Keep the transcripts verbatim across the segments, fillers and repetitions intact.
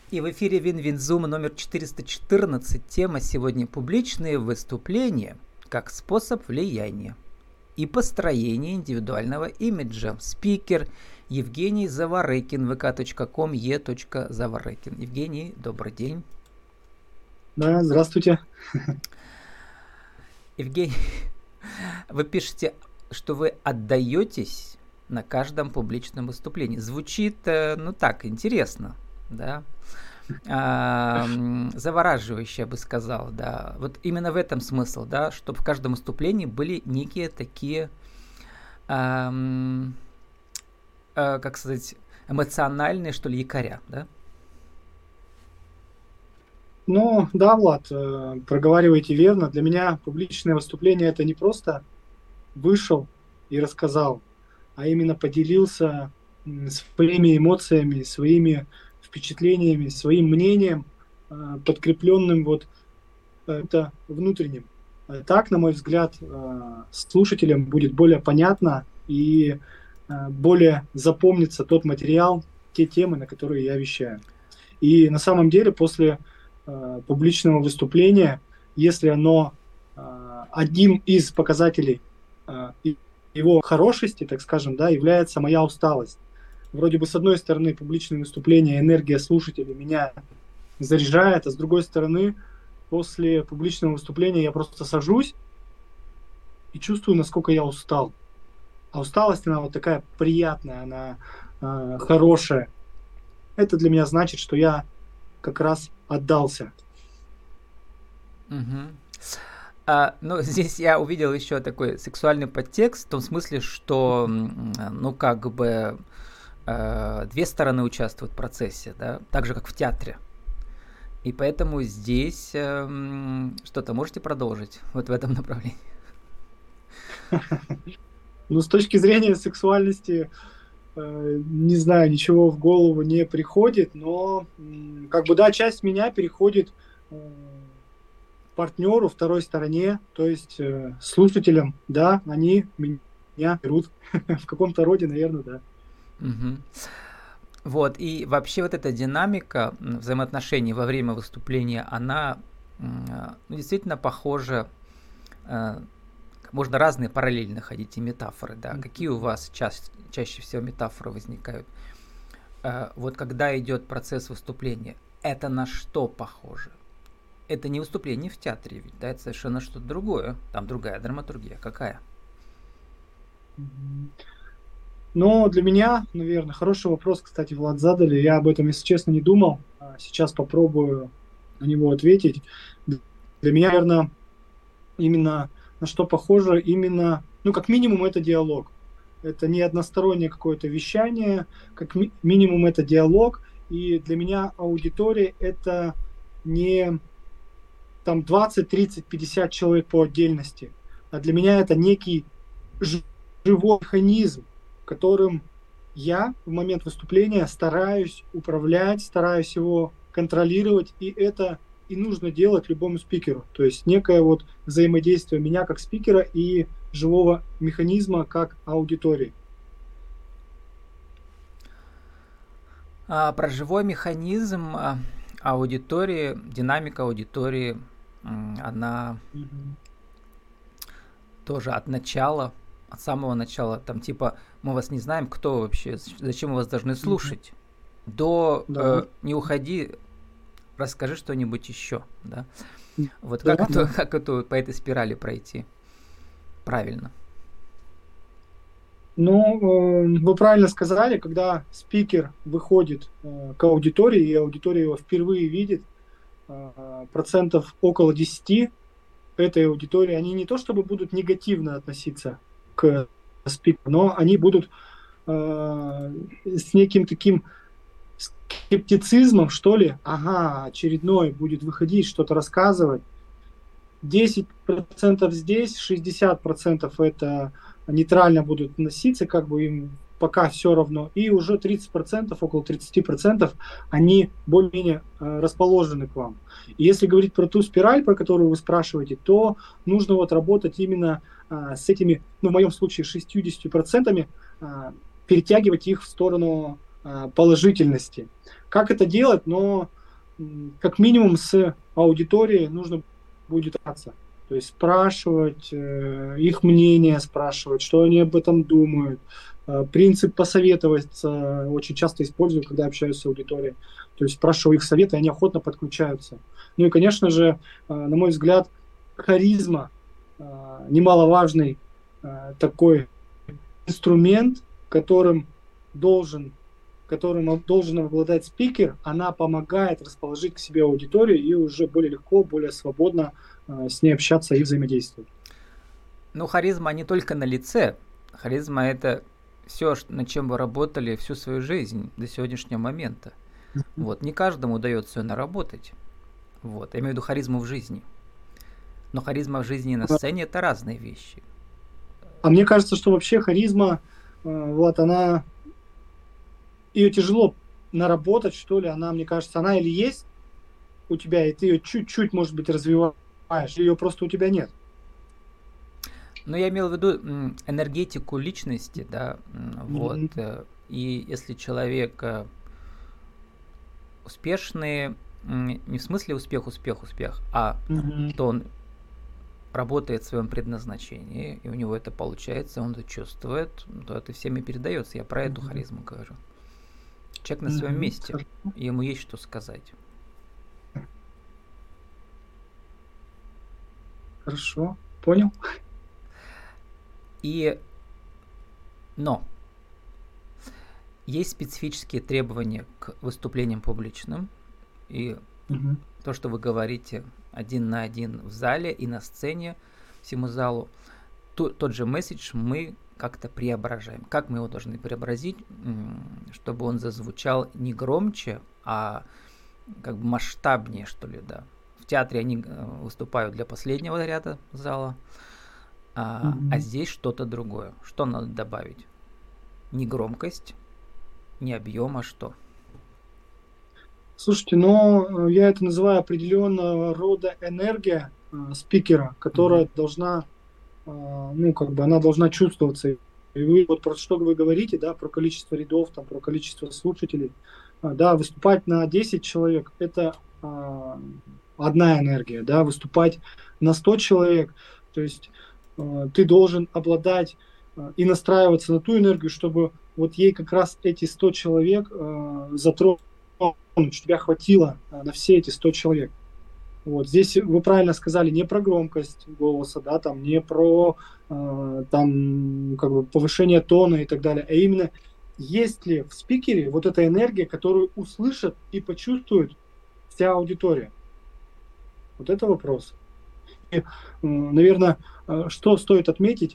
И в эфире Вин-Вин-Зум номер четыреста четырнадцать. Тема сегодня: публичные выступления как способ влияния и построения индивидуального имиджа. Спикер Евгений Заворыкин, вэ ка точка ком, е точка заворыкин. Евгений, добрый день. Да, здравствуйте. Евгений, вы пишете, что вы отдаетесь на каждом публичном выступлении. Звучит, ну так, интересно, да, а, завораживающе, я бы сказал, да. Вот именно в этом смысл, да, чтобы в каждом выступлении были некие такие, а, а, как сказать, эмоциональные, что ли, якоря, да? Ну, да, Влад, проговариваете верно. Для меня публичное выступление — это не просто вышел и рассказал, а именно поделился своими эмоциями, своими впечатлениями, своим мнением, подкрепленным вот это внутренним. Так, на мой взгляд, слушателям будет более понятно и более запомнится тот материал, те темы, на которые я вещаю. И на самом деле после публичного выступления, если оно одним из показателей его хорошести, так скажем, да, является моя усталость. Вроде бы с одной стороны публичное выступление, энергия слушателей меня заряжает, а с другой стороны после публичного выступления я просто сажусь и чувствую, насколько я устал. А усталость, она вот такая приятная, она э, хорошая. Это для меня значит, что я как раз отдался. Угу. А, ну, здесь я увидел еще такой сексуальный подтекст, в том смысле, что, ну, как бы э, две стороны участвуют в процессе, да, так же, как в театре. И поэтому здесь э, что-то можете продолжить вот в этом направлении? Ну, с точки зрения сексуальности, э, не знаю, ничего в голову не приходит, но, э, как бы, да, часть меня переходит э, партнеру, второй стороне, то есть э, слушателям, да, они меня берут в каком-то роде, наверное, да. Угу. Вот, и вообще вот эта динамика взаимоотношений во время выступления, она ну, действительно похожа, э, можно разные параллели находить и метафоры, да. Mm-hmm. Какие у вас ча- чаще всего метафоры возникают? Э, вот когда идет процесс выступления, это на что похоже? Это не выступление в театре, ведь, да, это совершенно что-то другое. Там другая драматургия. Какая? Ну, для меня, наверное, хороший вопрос, кстати, Влад, задали. Я об этом, если честно, не думал. Сейчас попробую на него ответить. Для меня, наверное, именно на что похоже, именно, ну, как минимум, это диалог. Это не одностороннее какое-то вещание, как ми- минимум это диалог. И для меня аудитория — это не там двадцать, тридцать, пятьдесят человек по отдельности. А для меня это некий живой механизм, которым я в момент выступления стараюсь управлять, стараюсь его контролировать, и это и нужно делать любому спикеру. То есть некое вот взаимодействие меня как спикера и живого механизма как аудитории. А, про живой механизм аудитории, динамика аудитории, она mm-hmm. тоже от начала, от самого начала, там типа мы вас не знаем, кто вообще, зачем мы вас должны слушать, mm-hmm. до да. э, не уходи, расскажи что-нибудь еще, да? Вот да, как, да. Это, как это по этой спирали пройти правильно? Ну, вы правильно сказали, когда спикер выходит к аудитории, и аудитория его впервые видит, процентов около десяти этой аудитории, они не то чтобы будут негативно относиться к спикеру, но они будут э, с неким таким скептицизмом, что ли, ага, очередной будет выходить, что-то рассказывать. десять процентов здесь, шестьдесят процентов это нейтрально будут относиться, как бы им пока все равно, и уже тридцать процентов, около тридцать процентов, они более-менее э, расположены к вам. И если говорить про ту спираль, про которую вы спрашиваете, то нужно вот работать именно э, с этими, ну в моем случае шестьдесят процентов, э, перетягивать их в сторону э, положительности. Как это делать? Но как минимум с аудиторией нужно будет общаться. То есть спрашивать э, их мнение, спрашивать, что они об этом думают. Э, принцип посоветоваться очень часто использую, когда общаюсь с аудиторией. То есть спрашиваю их советы, они охотно подключаются. Ну и, конечно же, э, на мой взгляд, харизма э, немаловажный э, такой инструмент, которым должен которым должен обладать спикер, она помогает расположить к себе аудиторию и уже более легко, более свободно э, с ней общаться и взаимодействовать. Ну, харизма не только на лице. Харизма – это все, над чем вы работали всю свою жизнь до сегодняшнего момента. Вот. Не каждому удается ее наработать. Вот. Я имею в виду харизму в жизни. Но харизма в жизни и на сцене – это разные вещи. А мне кажется, что вообще харизма, э, вот она, ее тяжело наработать, что ли. Она, мне кажется, она или есть у тебя, и ты ее чуть-чуть, может быть, развиваешь, или ее просто у тебя нет. Но я имел в виду энергетику личности, да, вот. Mm-hmm. И если человек успешный, не в смысле успех, успех, успех, а mm-hmm. то он работает в своем предназначении, и у него это получается, он это чувствует, то это всем и передается. Я про mm-hmm. эту харизму говорю. Человек на своем mm-hmm. месте, ему есть что сказать. Хорошо, понял. И, но есть специфические требования к выступлениям публичным, и угу. то, что вы говорите один на один в зале и на сцене всему залу, то, тот же месседж мы как-то преображаем. Как мы его должны преобразить, чтобы он зазвучал не громче, а как бы масштабнее, что ли, да. В театре они выступают для последнего ряда зала, А, mm-hmm. а здесь что-то другое. Что надо добавить? Не громкость, не объем, а что? Слушайте, ну, я это называю определенного рода энергия э, спикера, которая mm-hmm. должна, э, ну, как бы, она должна чувствоваться. И вы, вот про что вы говорите, да, про количество рядов, там, про количество слушателей. Э, да, выступать на десять человек – это э, одна энергия, да, выступать на сто человек, то есть ты должен обладать и настраиваться на ту энергию, чтобы вот ей как раз эти сто человек э, затронуть, чтобы тебя хватило на все эти сто человек. Вот. Здесь вы правильно сказали, не про громкость голоса, да, там, не про э, там, как бы повышение тона и так далее, а именно есть ли в спикере вот эта энергия, которую услышит и почувствует вся аудитория. Вот это вопрос. И, наверное, что стоит отметить,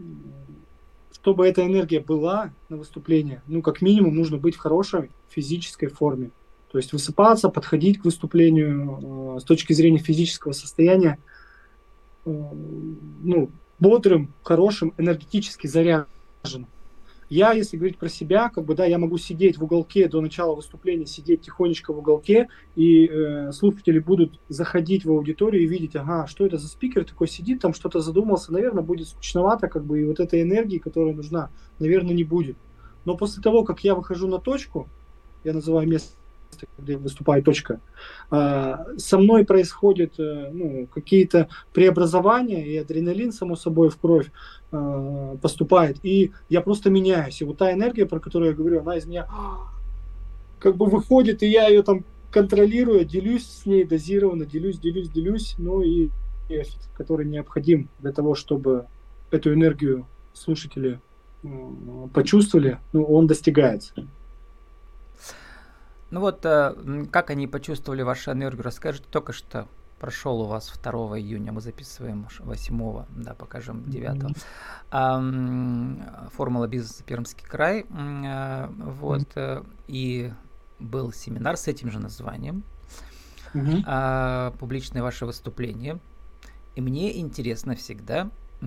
чтобы эта энергия была на выступлении, ну, как минимум, нужно быть в хорошей физической форме. То есть высыпаться, подходить к выступлению э, с точки зрения физического состояния, э, ну, бодрым, хорошим, энергетически заряженным. Я, если говорить про себя, как бы, да, я могу сидеть в уголке до начала выступления, сидеть тихонечко в уголке, и э, слушатели будут заходить в аудиторию и видеть, ага, что это за спикер такой сидит, там что-то задумался, наверное, будет скучновато, как бы, и вот этой энергии, которая нужна, наверное, не будет. Но после того, как я выхожу на точку, я называю место, где выступает точка, э, со мной происходят э, ну, какие-то преобразования, и адреналин, само собой, в кровь э, поступает, и я просто меняюсь. И вот та энергия, про которую я говорю, она из меня как бы выходит, и я ее там контролирую, делюсь с ней дозированно, делюсь, делюсь, делюсь, ну и эффект, который необходим для того, чтобы эту энергию слушатели э, почувствовали, ну, он достигается. Ну вот, как они почувствовали вашу энергию, расскажите. Только что прошел у вас второго июня, мы записываем восьмого, да, покажем девятого. Mm-hmm. Формула бизнеса Пермский край, вот, mm-hmm. и был семинар с этим же названием, mm-hmm. публичное ваше выступление. И мне интересно всегда,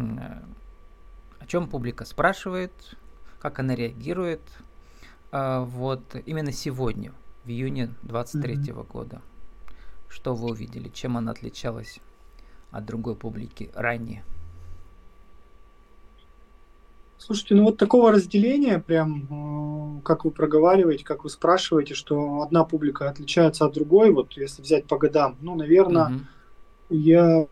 о чем публика спрашивает, как она реагирует, вот, именно сегодня, в июне двадцать третьего mm-hmm. года. Что вы увидели? Чем она отличалась от другой публики ранее? Слушайте, ну вот такого разделения, прям, э, как вы проговариваете, как вы спрашиваете, что одна публика отличается от другой, вот если взять по годам, ну, наверное, Мгм. я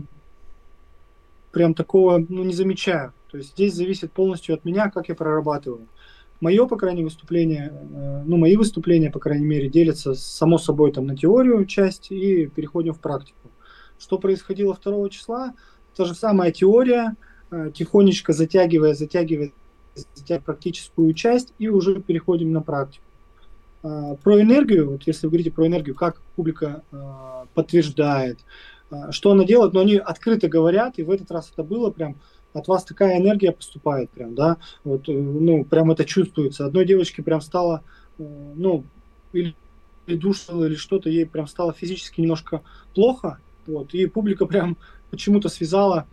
прям такого, ну, не замечаю. То есть здесь зависит полностью от меня, как я прорабатываю. Мое, по крайней мере, выступление, э, ну, мои выступления, по крайней мере, делятся, само собой, там, на теорию часть и переходим в практику. Что происходило второго числа? Та же самая теория, э, тихонечко затягивая, затягивая, затягивая практическую часть, и уже переходим на практику. А, Про энергию, вот если вы говорите про энергию, как публика а, подтверждает, а, что она делает, но они открыто говорят, и в этот раз это было прям, от вас такая энергия поступает прям, да, вот, э, ну, прям это чувствуется. Одной девочке прям стало, э, ну, или или душило, или что-то, ей прям стало физически немножко плохо, вот, и публика прям почему-то связала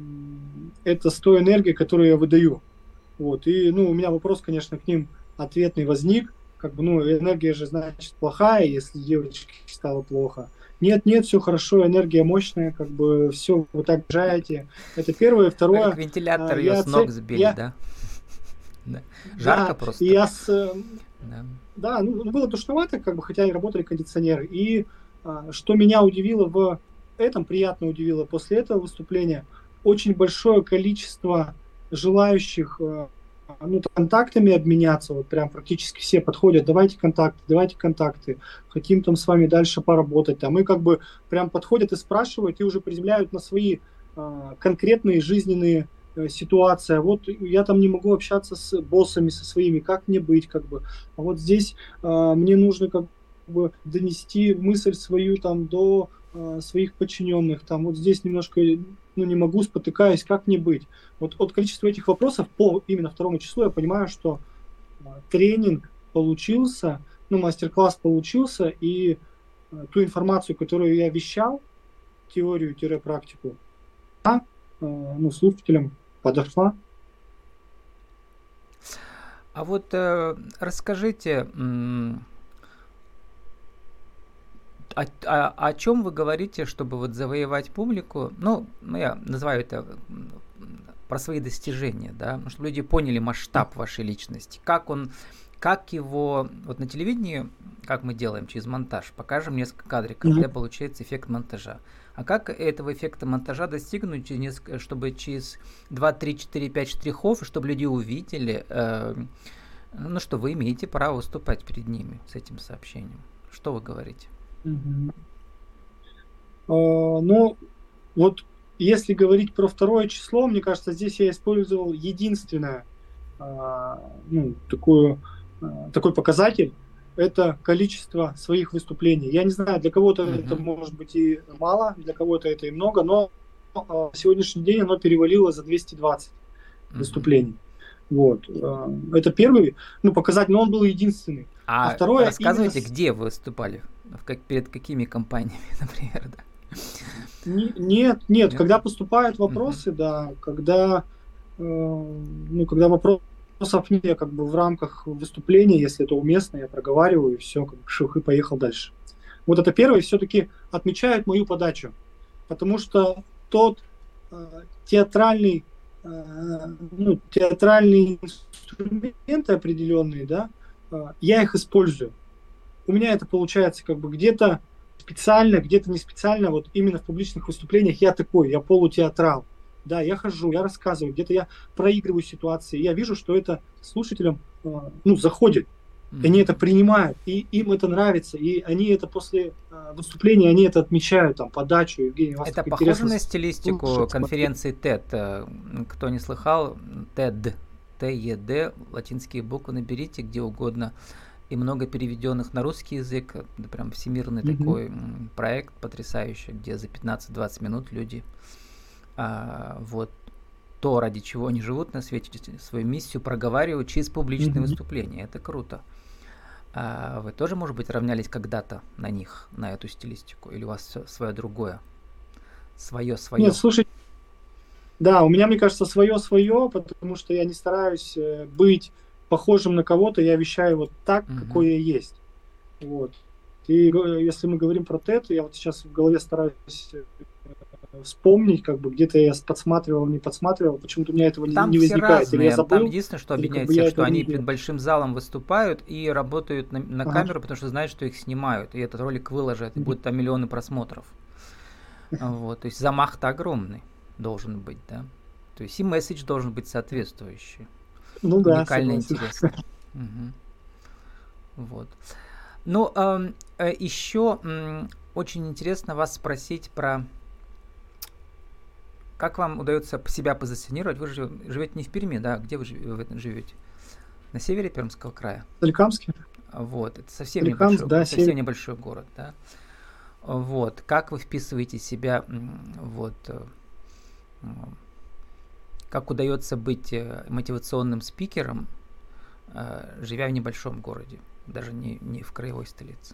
м, это с той энергией, которую я выдаю. Вот, и, ну, у меня вопрос, конечно, к ним ответный возник, как бы, ну, энергия же, значит, плохая, если девочке стало плохо. Нет, нет, все хорошо, энергия мощная, как бы, все, вы так жарите. Это первое. Вы как Второе, а, вентилятор ее я, с ног цель, сбили, я, да? Да. Жарко да, и просто. я с, э, Да. да, ну, было душновато, как бы, хотя и работали кондиционеры. И а, что меня удивило в этом, приятно удивило после этого выступления, очень большое количество желающих э, ну, контактами обменяться, вот прям практически все подходят, давайте контакты, давайте контакты, хотим там с вами дальше поработать, там, и как бы прям подходят и спрашивают, и уже приземляют на свои а, конкретные жизненные э, ситуации. А вот я там не могу общаться с боссами, со своими, как мне быть, как бы, а вот здесь а, мне нужно как бы донести мысль свою там до а, своих подчиненных, там вот здесь немножко, ну, не могу, спотыкаюсь, как мне быть. Вот от количества этих вопросов по именно второму числу я понимаю, что а, тренинг получился, ну, мастер-класс получился, и а, ту информацию, которую я вещал, теорию-практику, а, ну, слушателям подошла. А вот э, расскажите, м, о, о, о чем вы говорите, чтобы вот завоевать публику? Ну, ну, я называю это м, про свои достижения, да, ну, чтобы люди поняли масштаб вашей личности, как он, как его, вот на телевидении, как мы делаем через монтаж, покажем несколько кадриков, Мгм. где получается эффект монтажа. А как этого эффекта монтажа достигнуть, через несколько- чтобы через два, три, четыре, пять штрихов, чтобы люди увидели, э, ну, что вы имеете право выступать перед ними с этим сообщением? Что вы говорите? Мгм. А, Ну, вот если говорить про второе число, мне кажется, здесь я использовал единственное, а, ну, такую, а, такой показатель, это количество своих выступлений. Я не знаю, для кого-то это Мгм. может быть и мало, для кого-то это и много, но а, сегодняшний день оно перевалило за двести двадцать Мгм. выступлений. Вот. а, Это первый, ну, показатель, но он был единственный. А А второе именно рассказывайте, с где вы выступали? В как, перед какими компаниями, например, да? Не- Нет, нет, Нет? когда поступают Мгм. вопросы, да, когда, э, ну, когда вопросов нет, я как бы в рамках выступления, если это уместно, я проговариваю, и все, как бы шух, и поехал дальше. Вот это первое все-таки отмечает мою подачу, потому что тот э, театральный, э, ну, театральные инструменты определенные, да, э, я их использую. У меня это получается как бы где-то специально, где-то не специально, вот именно в публичных выступлениях я такой, я полутеатрал. Да, я хожу, я рассказываю, где-то я проигрываю ситуации, я вижу, что это слушателям э, ну, заходит, они это Мгм. принимают, и им это нравится, и они это после э, выступления, они это отмечают, там, подачу, Евгений, у вас Это так похоже интересно на стилистику слушать, смотреть. конференции TED? Э, Кто не слыхал, TED, Т Е Д, латинские буквы наберите где угодно. И много переведенных на русский язык. Это прям всемирный Мгм. такой м, проект потрясающий, где за пятнадцать-двадцать минут люди а, вот то, ради чего они живут на свете, свою миссию проговаривают через публичные Мгм. выступления. Это круто. А вы тоже, может быть, равнялись когда-то на них, на эту стилистику? Или у вас все свое другое? Нет, Свое-свое? слушай, да, у меня, мне кажется, свое-свое, потому что я не стараюсь э, быть похожим на кого-то, я вещаю вот так, какой Мгм. я есть. Вот. И э, если мы говорим про тет, я вот сейчас в голове стараюсь вспомнить, как бы где-то я подсматривал, не подсматривал, почему-то у меня этого не, Там не все возникает. Или я разные. Там забыл, единственное, что или как объединяет бы я всех, что этого не они видел. перед большим залом выступают и работают на, на Ага. камеру, потому что знают, что их снимают. И этот ролик выложат, и будет там миллионы просмотров. Вот. То есть замах-то огромный должен быть, да. То есть и месседж должен быть соответствующий. Ну да, Уникально, согласен. интересно. Мгм. Вот. Ну, эм, э, еще м, очень интересно вас спросить про как вам удается п- себя позиционировать. Вы же живете не в Перми, да? Где вы жи- вы живете? На севере Пермского края. Соликамский? А, Вот, это совсем Соликамск, небольшой, да, север. совсем небольшой город, да? А, Вот, как вы вписываете себя, м, вот, э, м, как удается быть э, мотивационным спикером, э, живя в небольшом городе, даже не, не в краевой столице?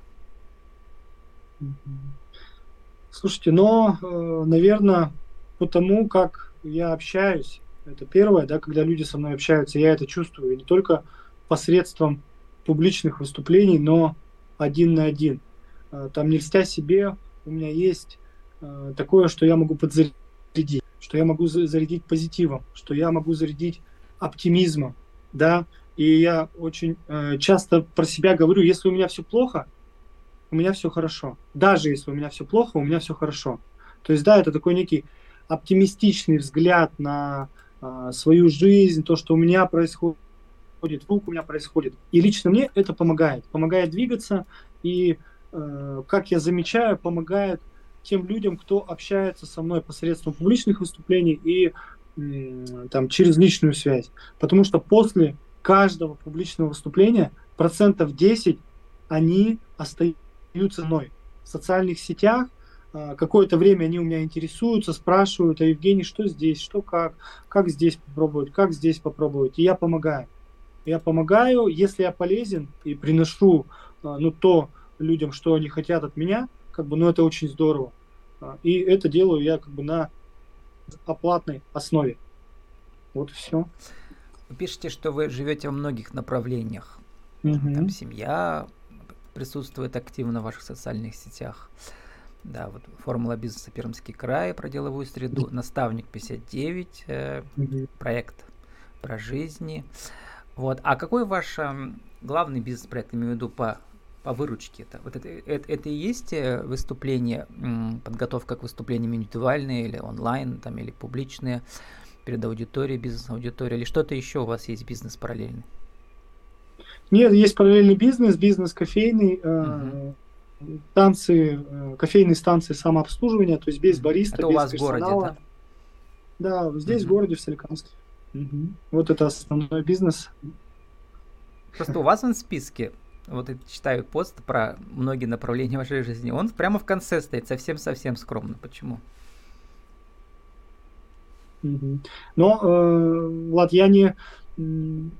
Мгм. Слушайте, но, э, наверное, потому как я общаюсь, это первое, да, когда люди со мной общаются, я это чувствую, и не только посредством публичных выступлений, но один на один. Э, Там не льстя себе, у меня есть э, такое, что я могу подзарядить, что я могу за- зарядить позитивом, что я могу зарядить оптимизмом, да, и я очень э, часто про себя говорю, если у меня все плохо, у меня все хорошо. Даже если у меня все плохо, у меня все хорошо. То есть, да, это такой некий оптимистичный взгляд на а, свою жизнь, то, что у меня происходит, вокруг у меня происходит. И лично мне это помогает. Помогает двигаться и, э, как я замечаю, помогает тем людям, кто общается со мной посредством публичных выступлений и м, там, через личную связь. Потому что после каждого публичного выступления процентов десять они остаются мной в социальных сетях. а, Какое-то время они у меня интересуются, спрашивают, а Евгений, что здесь, что как, как здесь попробовать, как здесь попробовать. И я помогаю. Я помогаю, если я полезен и приношу а, ну, то людям, что они хотят от меня, как бы, ну, это очень здорово. А, И это делаю я как бы на оплатной основе. Вот и все. Вы пишете, что вы живете во многих направлениях. М, Там Мгм. семья присутствует активно в ваших социальных сетях. Да, вот формула бизнеса Пермский край про деловую среду, наставник пятьдесят девять, э, Мгм. проект про жизни. Вот. А какой ваш эм, главный бизнес-проект, имею в виду по, по выручке? Это, вот это, это, это и есть э, выступление, м, подготовка к выступлениям индивидуальные или онлайн, там, или публичные, перед аудиторией, бизнес-аудиторией, или что-то еще у вас есть бизнес параллельный? Нет, есть параллельный бизнес, бизнес кофейный, Мгм. э, станции, э, кофейные станции самообслуживания, то есть без Мгм. бариста, Это у без вас в городе, да? персонала. Да, здесь, в Мгм. городе, в Соликамске. Мгм. Вот это основной бизнес. Просто у вас он в списке, вот я читаю пост про многие направления вашей жизни, он прямо в конце стоит, совсем-совсем скромно. Почему? Мгм. Но, э, Влад, я не м,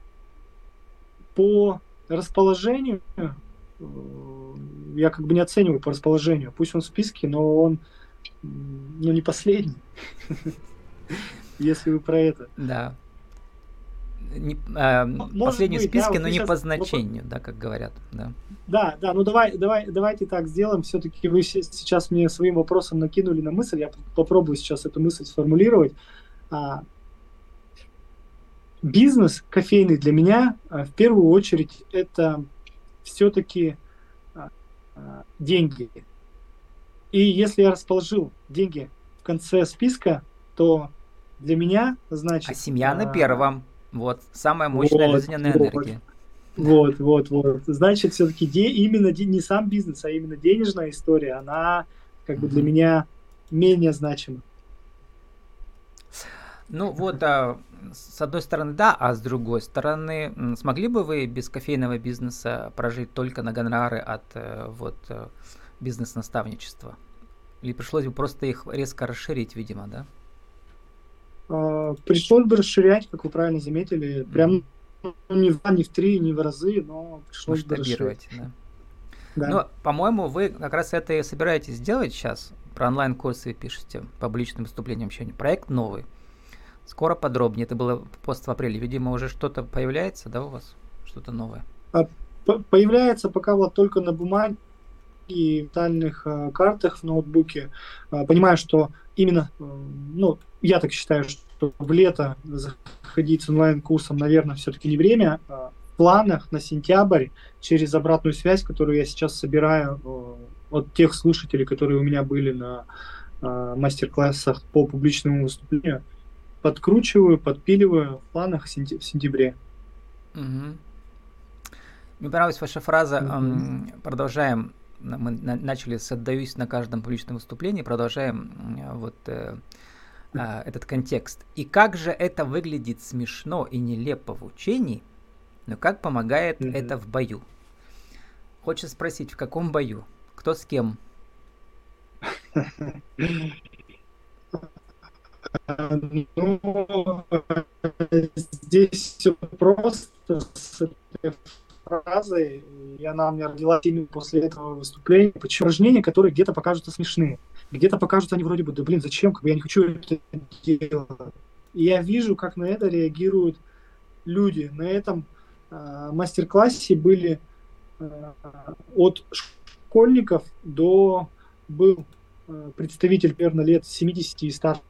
по расположению, э, я как бы не оцениваю по расположению. Пусть он в списке, но он, м, ну, не последний, если вы про это. Да. Не, а, М- Может последний в быть, да, списке, вот но вы не сейчас по значению, да, как говорят, да. Да, да, ну давай, давай, давайте так сделаем. Все-таки вы се- сейчас мне своим вопросом накинули на мысль. Я п- попробую сейчас эту мысль сформулировать. А, Бизнес кофейный для меня а, в первую очередь это все-таки деньги. И если я расположил деньги в конце списка, то для меня, А значит, семья на а, первом. Вот, самая мощная вот, жизненная вот, энергия. вот, вот, вот. Значит, все-таки де, именно де- не сам бизнес, а именно денежная история, она как бы для Мгм. меня менее значима. Ну вот, а, с одной стороны, да, а с другой стороны, м, смогли бы вы без кофейного бизнеса прожить только на гонорары от э, вот э, бизнес-наставничества? Или пришлось бы просто их резко расширить, видимо, да? А, Пришлось бы расширять, как вы правильно заметили, Мгм. прям ну, не в два, не в три, не в разы, но пришлось бы расширить. Масштабировать, да. Да. Но, по-моему, вы как раз это и собираетесь сделать сейчас. Про онлайн-курсы пишете, публичным выступлением общения. Проект новый. Скоро подробнее. Это было пост в апреле. Видимо, уже что-то появляется, да, у вас? Что-то новое. А п- Появляется пока вот только на бумаге, и виртуальных э, картах в ноутбуке. Э, понимаю, что именно, э, ну, я так считаю, что в лето заходить с онлайн-курсом, наверное, все-таки не время. Э, в планах на сентябрь через обратную связь, которую я сейчас собираю э, от тех слушателей, которые у меня были на э, мастер-классах по публичному выступлению, подкручиваю, подпиливаю в планах в сентябре. Угу. Мне понравилась ваша фраза. Mm-hmm. Продолжаем. Мы начали с «отдаюсь на каждом публичном выступлении», продолжаем вот э, э, этот контекст. И как же это выглядит смешно и нелепо в учении, но как помогает mm-hmm. это в бою? Хочется спросить, в каком бою? Кто с кем? Ну, здесь все просто с этой фразой, и она у меня родилась именно после этого выступления. Почему упражнения, которые где-то покажутся смешные, где-то покажутся они вроде бы, да блин, зачем, как бы я не хочу это делать. И я вижу, как на это реагируют люди. На этом э, мастер-классе были э, от школьников до был э, представитель примерно лет семидесяти и старше.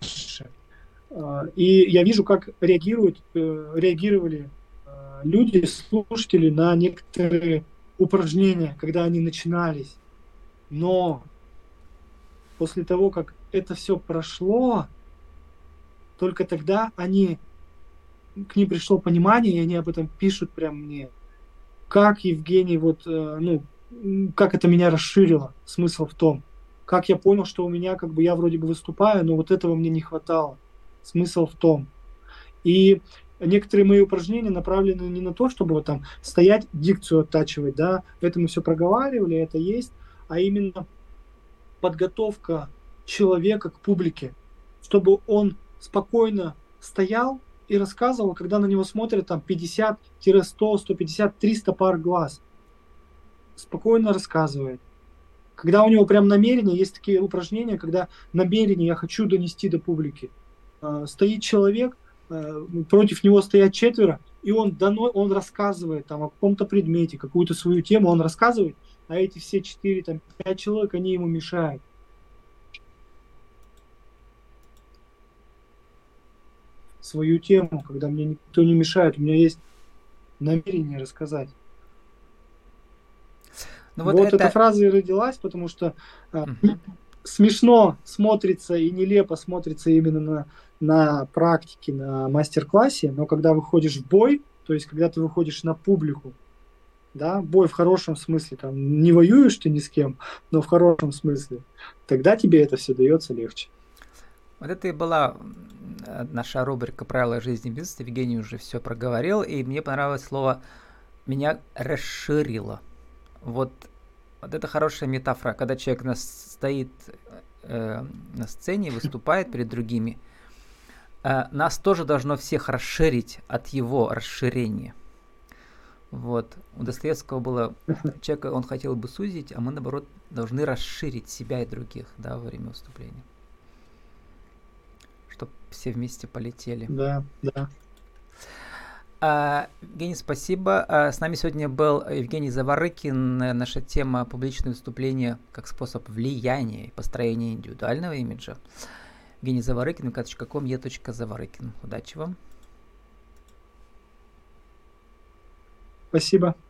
И я вижу, как реагируют, реагировали люди, слушатели на некоторые упражнения, когда они начинались. Но после того, как это все прошло, только тогда они, к ним пришло понимание, и они об этом пишут прям мне. Как, Евгений, вот, ну, как это меня расширило, смысл в том. Как я понял, что у меня, как бы, я вроде бы выступаю, но вот этого мне не хватало. Смысл в том. И некоторые мои упражнения направлены не на то, чтобы вот там стоять, дикцию оттачивать, да, это мы все проговаривали, это есть, а именно подготовка человека к публике, чтобы он спокойно стоял и рассказывал, когда на него смотрят там пятьдесят, сто, сто пятьдесят, триста пар глаз. Спокойно рассказывает. Когда у него прям намерение, есть такие упражнения, когда намерение я хочу донести до публики. Стоит человек, против него стоят четверо, и он, дано, он рассказывает там, о каком-то предмете, какую-то свою тему, он рассказывает, а эти все четыре, там, пять человек, они ему мешают. Свою тему, когда мне никто не мешает, у меня есть намерение рассказать. Ну, вот вот это... эта фраза и родилась, потому что uh-huh. смешно смотрится и нелепо смотрится именно на, на практике, на мастер-классе, но когда выходишь в бой, то есть когда ты выходишь на публику, да, бой в хорошем смысле, там не воюешь ты ни с кем, но в хорошем смысле, тогда тебе это все дается легче. Вот это и была наша рубрика «Правила жизни и бизнеса». Евгений уже все проговорил, и мне понравилось слово «меня расширило». Вот, вот это хорошая метафора, когда человек на, стоит э, на сцене, выступает перед другими. Э, нас тоже должно всех расширить от его расширения. Вот. У Достоевского было человек, он хотел бы сузить, а мы, наоборот, должны расширить себя и других, да, во время выступления. Чтобы все вместе полетели. Да, да. Uh, Евгений, спасибо. Uh, с нами сегодня был Евгений Заворыкин. Наша тема публичное выступление как способ влияния и построения индивидуального имиджа. Евгений Заворыкин, вэ ка точка ком, е точка заворыкин. Удачи вам. Спасибо.